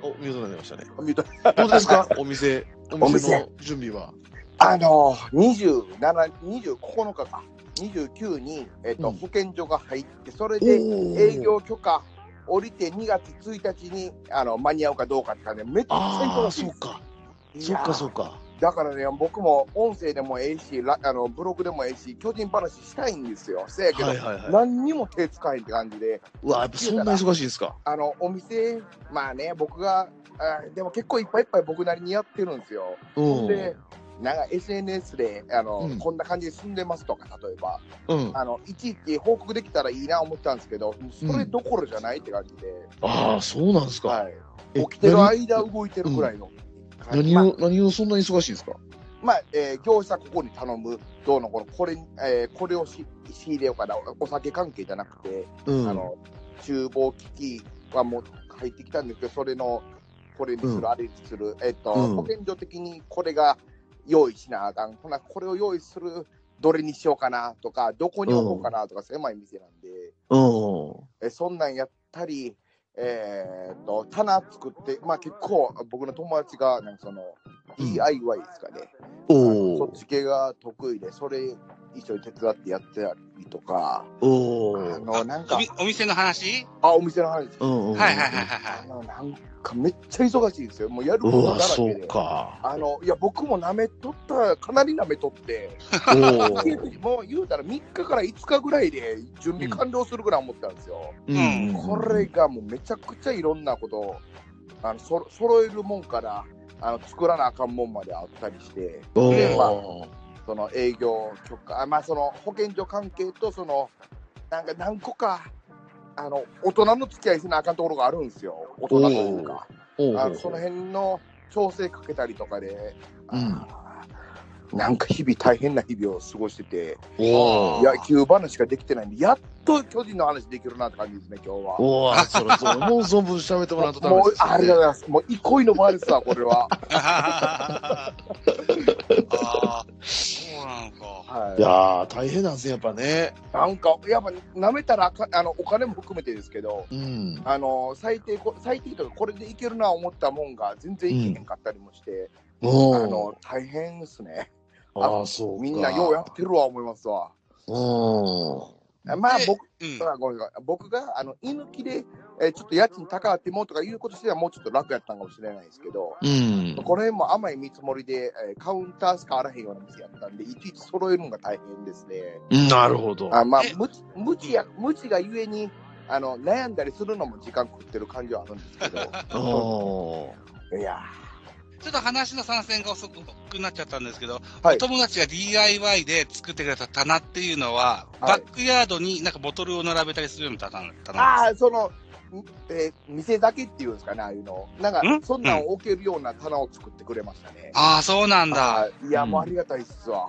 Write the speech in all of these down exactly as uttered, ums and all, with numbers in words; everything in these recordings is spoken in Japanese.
お、ミュートになりましたね。 ミュートどうですかお店、お店の準備は。 あのー、にじゅうなな、にじゅうここのかか、にじゅうくに、えっと、 うん、 保健所が入って、それで営業許可降りてにがつついたちにあの間に合うかどうかって感じで、めっちゃ忙しいです。 そうか。そうか、そうか。 だからね、僕も音声でもええし、あのブログでもええし、巨人話したいんですよ。せやけど、はいはいはい、何にも手使えんって感じで。 うわ、やっぱそんな忙しいですか。 あのお店、まあね、僕があでも結構いっぱいいっぱい僕なりにやってるんですよ。ほんで、なんか エスエヌエス であの、うん、こんな感じで進んでますとか、例えば、うん、あのいちいち報告できたらいいな思ってたんですけど、それどころじゃないって感じで。 うん、ああ、そうなんですか。はい、 起きてる間動いてるぐらいの。 うん、何を、まあ、何をそんなに忙しいんですか。 まあ、えー、業者ここに頼む、どうのこの、これ、えー、これをし仕入れようかな、お酒関係じゃなくて、うん、あの、厨房機器はもう入ってきたんですけど、それの、これにする、うん、あれにする、えっと、うん、保健所的にこれが用意しなあかん、ほな、これを用意する、どれにしようかなとか、どこに置こうかなとか、狭い店なんで、うん、えそんなんやったり、えー、っと棚作って、まあ、結構僕の友達がなんかその ディーアイワイ ですかね、うん、そっち系が得意で、それ一緒に手伝ってやってたりとか、 おあのなんか お, お店の話あお店の話です、 うんうんうん、はいはいはいはい、 あのなんかめっちゃ忙しいですよ。もうやることだらけで。 そうか。 あのいや僕も舐めとったかなり舐めとってもう言うたらみっかからいつかぐらいで準備完了するぐらい思ったんですよ、うん、これがもうめちゃくちゃいろんなことをあのそ揃えるもんからあの作らなあかんもんまであったりして、で、まあ、その営業許可、まあ、その保健所関係とそのなんか何個かあの大人の付き合いせなあかんところがあるんですよ。大人というか、あのその辺の調整かけたりとかで、うん、なんか日々大変な日々を過ごしてて、野球話ができてないんで、やっと巨人の話できるなって感じですね、今日は。 おお、そろそろもう存分喋ってもらうとダメです、ね。 もうありがとうございます。もう憩いの場ですわ、これは。 ああ、そうなのか。 はい、いやー大変なんですね、やっぱね。 なんかやっぱ舐めたらあのお金も含めてですけど、うん、あの最低最低とかこれでいけるな思ったもんが全然いけへんかったりもして、うん、あの大変ですね。 ああ、そうか。 みんなようやってるわ思いますわ。うん。まあ僕、うん、ごめんごめん僕があの居抜きで、えー、ちょっと家賃高あってもとかいうことしてはもうちょっと楽やったんかもしれないですけど、うん、この辺も甘い見積もりで、えー、カウンターしかあらへんような店やったんでいちいち揃えるのが大変ですね。 なるほど。 あまあ無知無知や無知がゆえにあの悩んだりするのも時間食ってる感じはあるんですけど。いや。 ちょっと話の参戦が遅くなっちゃったんですけど、はい、お友達が ディーアイワイ で作ってくれた棚っていうのは、はい、バックヤードになんかボトルを並べたりするような棚なんですか？ ああ、その、えー、店だけっていうんですかね、ああいうの。なんか、そんなんを置けるような棚を作ってくれましたね。 うん、ああ、そうなんだ。 いや、もうありがたいっすわ。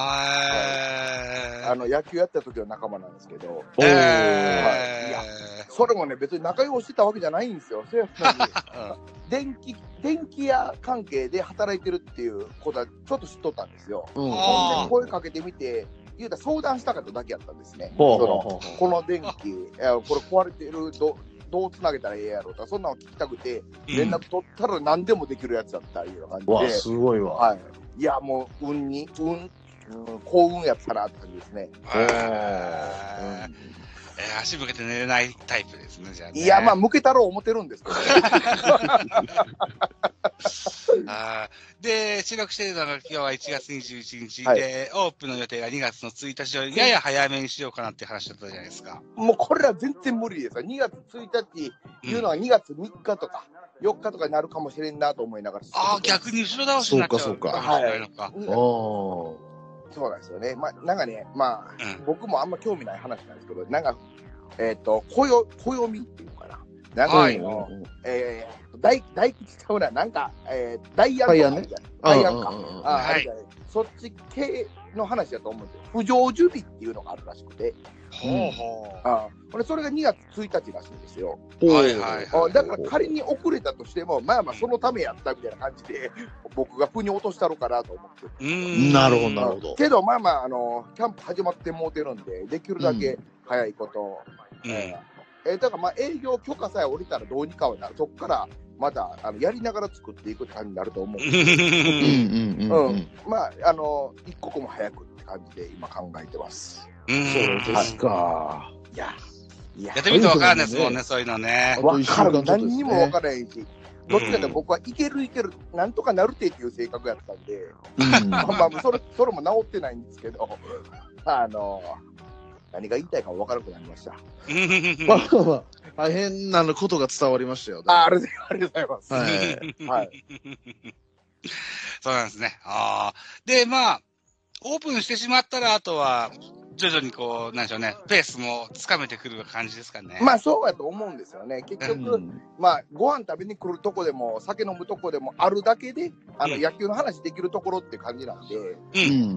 ああの野球やった時の仲間なんですけど、えーはい、いやそれもね別に仲良くしてたわけじゃないんですよ。せやのに電気電気屋関係で働いてるっていうことはちょっと知っとったんですよ。うん、ほんで声かけてみて言うたら相談したかっただけやったんですね。そのこの電気これ壊れてるどどうつなげたらええやろとかそんなの聞きたくて連絡取ったら何でもできるやつだったいうような感じで、 わすごいわ。 はい、いやもう運に運うん、幸運やったなって感じですね。 えー、足向けて寝れないタイプですね、じゃあ、ね。 いや、まあ、向けたろう思ってるんですけど、ねあ。で、収録しているのが今日はいちがつにじゅういちにちで、はい、オープンの予定がにがつのついたちをやや早めにしようかなっていう話だったじゃないですか。 もうこれは全然無理ですよ。にがつついたちいうのはにがつみっかとかよっかとかになるかもしれんなと思いながら。 ああ、逆に後ろ倒しになっちゃう。 そうか、そうか。 はい。 そうなんですよね。まあ、なんかね、まあ、うん、僕もあんま興味ない話なんですけど、なんか、えっ、ー、と、こよ、暦っていうかな。なんか、はい、の、うん、えー、大、大吉ちゃうな、なんか、えー、ダイアンとか、ね、ダイアンか。あ、はい。そっち系の話だと思うんですよ。不成就日っていうのがあるらしくて。ほうほう。ああ、それがにがつついたちらしいんですよ。 はいはい、はい。 だから仮に遅れたとしても、まあまあそのためやったみたいな感じで、僕が腑に落としたろかなと思って。 うーん、なるほど、なるほど。 けどまあまあ、あの、キャンプ始まってもうてるんで、できるだけ早いこと。うん、えー、だからまあ営業許可さえ下りたらどうにかはなる。そっからまたあのやりながら作っていくって感じになると思う。 うんうんうんうん。 まあ、あの、一刻も早くって感じで今考えてます。 うん。 そうですか。 いや、いや。 やってみてわかんないですもんね、そういうのね。 わかる。何にもわからへんし。どっちかというと僕はいけるいける、なんとかなるてっていう性格やったんで、うん、まあまあそれ、それも治ってないんですけど、あの、何が言いたいか分からなくなりました。 まあまあ、大変なことが伝わりましたよ。 あ、ありがとうございます。 はい。 はい、 そうなんですね。ああ。で、まあ、オープンしてしまったら、あとは、徐々にこう、なんでしょうね、ペースもつかめてくる感じですかね。 まあ、そうやと思うんですよね。結局、うん、まあ、ご飯食べに来るとこでも、酒飲むとこでもあるだけで、あの、うん、野球の話できるところって感じなんで、うん。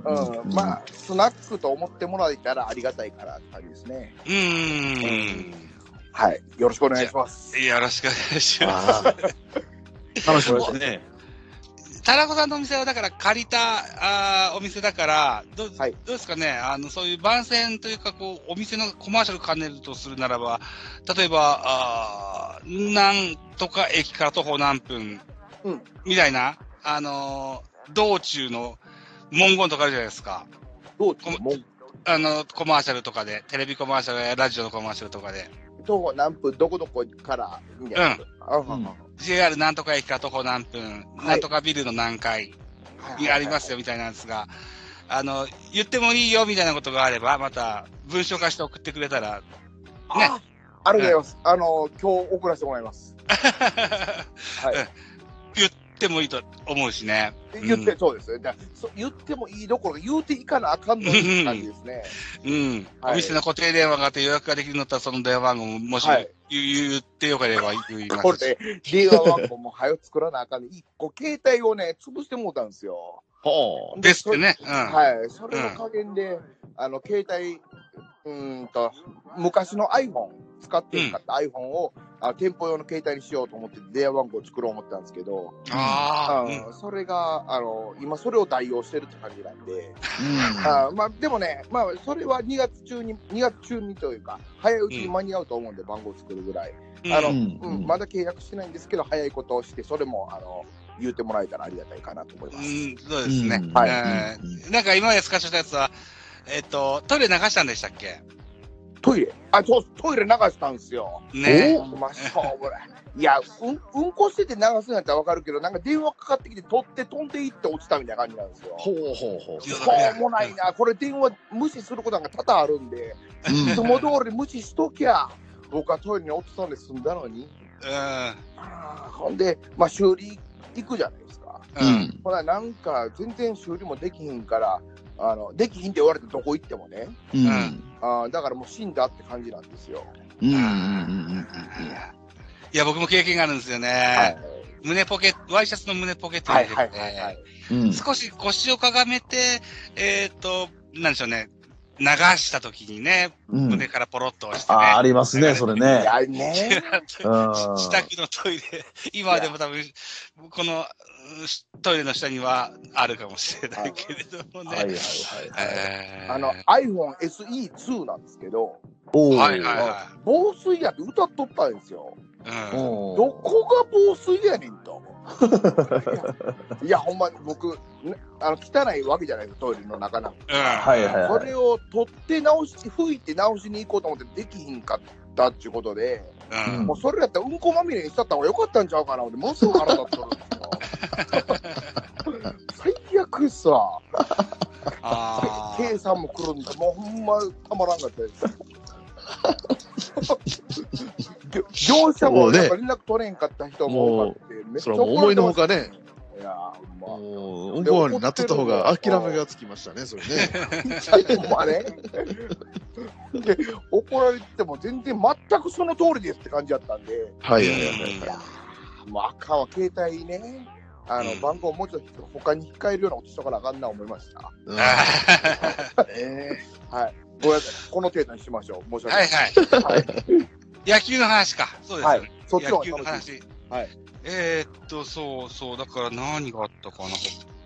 うん、まあ、スナックと思ってもらえたらありがたいからって感じですね。 うーん。 はい。よろしくお願いします。 よろしくお願いします。 楽しみですね。 タラコさんのお店はだから借りたあお店だからど、はい、どうですかね、あのそういう番宣というかこうお店のコマーシャル兼ねるとするならば、例えばあなんとか駅から徒歩何分、うん、みたいな、あのー、道中の文言とかあるじゃないですか。 道中のあのコマーシャルとかで、テレビコマーシャルやラジオのコマーシャルとかで。 徒歩何分、どこどこからみたいな。うん。 うん、ジェイアール なんとか駅から徒歩何分、はい、なんとかビルの何階にありますよみたいなんですが、あの、言ってもいいよみたいなことがあれば、また文章化して送ってくれたら、ね。 あ、ありがとうございます。うん、あの、今日送らせてもらいます。 はい。言ってもいいと思うしね。 言って、うん、そうですね。だそ言ってもいいどころか言うていかなあかんのに感じですね。 うん。はい、お店の固定電話があって予約ができるんだったらその電話番号ももし、はい、言ってよければ言います。 これ、電話番号も早く作らなあかんね。一個携帯をね、潰してもうたんですよ。 はあ。ですってね。 うん。はい。それの加減で、うん、あの、携帯、うんと、昔の iPhone、使ってなかった iPhone を、うん、あ店舗用の携帯にしようと思って電話番号を作ろうと思ったんですけど、 あうん、それが、あの、今それを代用してるって感じなんで、うん、あまあ、でもね、まあ、それはにがつ中に、にがつ中にというか、早いうちに間に合うと思うんで、番号を作るぐらい。うん、あの、うんうん、まだ契約してないんですけど、早いことをして、それも、あの、言ってもらえたらありがたいかなと思います。 うん、そうですね。 うん、はい、 うん。なんか今まで使ってたやつは、えっと、トイレ流したんでしたっけ？ トイレあ、そう、トイレ流したんですよ。 ねえ。まあ、しょうもない。いや、うん、うんこしてて流すんやったらわかるけど、なんか電話かかってきて取って飛んでいって落ちたみたいな感じなんですよ。 ほうほうほう。 しょうもないな。これ電話無視することなんか多々あるんで、うん、いつも通り無視しときゃ、僕はトイレに落ちたんで済んだのに。 うん。あほんで、まあ修理行くじゃないですか。 うん。 ほら、なんか全然修理もできひんから、あのできひんって言われてどこ行ってもね、 うん、 あだからもう死んだって感じなんですよ。 うんうんうんうん、 いや僕も経験があるんですよね。はい、胸ポケワイシャツの胸ポケットに入れて、少し腰をかがめて、えっ、ー、となんでしょうね、流したときにね、うん、胸からポロッと落ちてね。 あ、ありますね、それね。 いやね自宅のトイレ、今でも多分、このトイレの下にはあるかもしれないけれどもね。 はいはいはい、はいえー。あの アイフォンエスイーツー なんですけど、 はいはいはい。 防水やって歌っとったんですよ。 うん、 どこが防水やねんと。い, や, いやほんまに僕、ね、あの汚いわけじゃないですトイレの中なんで、 うんはいはいはい、 それを取って直し拭いて直しに行こうと思ってできひんかったっていうことで、うん、もうそれやったらうんこまみれにしちゃった方がよかったんちゃうかなってものすごく腹立ってるんですよ。最悪さあ計算も来るんでもうほんまたまらんかったです業者もやっぱ連絡取れんかった人も多かって、めっちゃ思いのほかね。 いやほんま。 うんこになっとった方が諦めがつきましたね、それね。 ほんまね。で、怒られても全然全くその通りですって感じだったんで。 はいはいはいはい。 もうあかんわ、携帯ね。あの、番号もうちょっと他に控えるようなことしとかなあかんな思いました。えー、はい。ごめんなさい。この程度にしましょう。申し訳ない。 はいはい。野球の話か。そうですよね。はい、 そっちの野球の話。 はい。 えー、っと、そうそう。だから何があったかな。